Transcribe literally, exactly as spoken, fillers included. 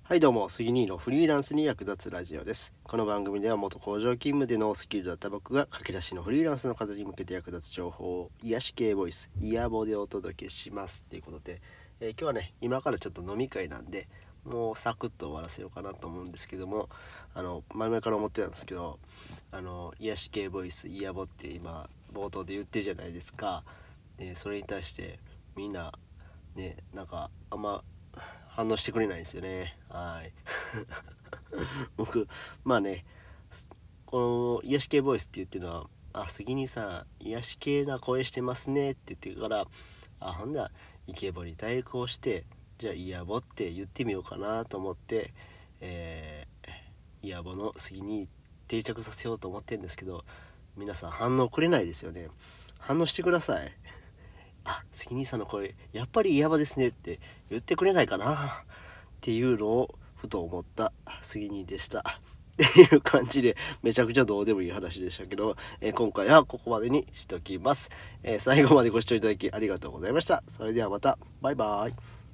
はいどうも、杉兄のフリーランスに役立つラジオです。この番組では元工場勤務でノースキルだった僕が駆け出しのフリーランスの方に向けて役立つ情報を癒し系ボイス、イヤボでお届けしますということで、えー今日はね、今からちょっと飲み会なんで、もうサクッと終わらせようかなと思うんですけども、あの前々から思ってたんですけど、あの癒し系ボイス、イヤボって今冒頭で言ってるじゃないですか。で、それに対してみんなね、なんかあんま反応してくれないんですよね。はい僕まあね、この癒し系ボイスって言ってるのは、あ、杉にさん癒し系な声してますねって言ってるから、あ、ほんだイケボに対抗して、じゃあイヤボって言ってみようかなと思って、えー、イヤボの杉に定着させようと思ってるんですけど、皆さん反応くれないですよね。反応してください。あ、杉兄さんの声やっぱりイヤボですねって言ってくれないかなっていうのをふと思った杉兄でしたっていう感じで、めちゃくちゃどうでもいい話でしたけど、えー今回はここまでにしときます。えー最後までご視聴いただきありがとうございました。それではまた、バイバイ。